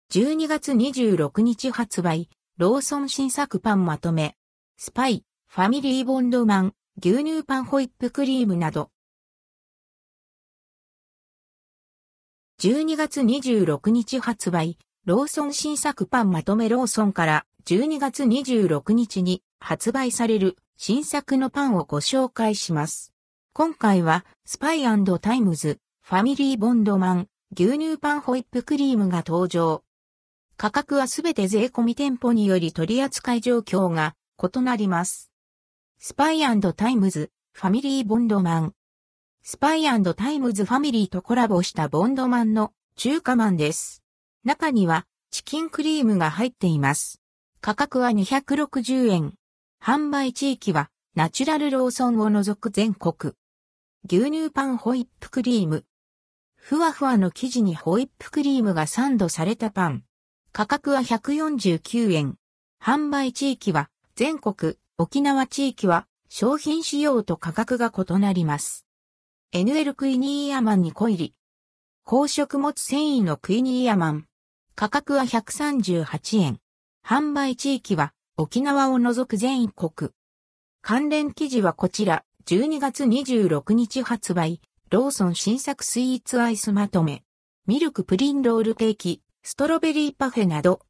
12月26日発売、ローソン新作パンまとめ。スパイ、ファミリーボンドマン、牛乳パンホイップクリームなど。12月26日発売、ローソン新作パンまとめローソンから12月26日に発売される新作のパンをご紹介します。今回はスパイ&タイムズ、ファミリーボンドマン、牛乳パンホイップクリームが登場。価格はすべて税込み店舗により取扱い状況が異なります。スパイ&タイムズ、ファミリーボンドマン。スパイ&タイムズファミリーとコラボしたボンドマンの中華マンです。中にはチキンクリームが入っています。価格は260円。販売地域はナチュラルローソンを除く全国。牛乳パンホイップクリーム。ふわふわの生地にホイップクリームがサンドされたパン。価格は149円。販売地域は全国、沖縄地域は商品仕様と価格が異なります。NL クイニーアマン2個入り。高食物繊維のクイニーアマン。価格は138円。販売地域は沖縄を除く全国。関連記事はこちら、12月26日発売、ローソン新作スイーツアイスまとめ。ミルクプリンロールケーキ、ストロベリーパフェなど。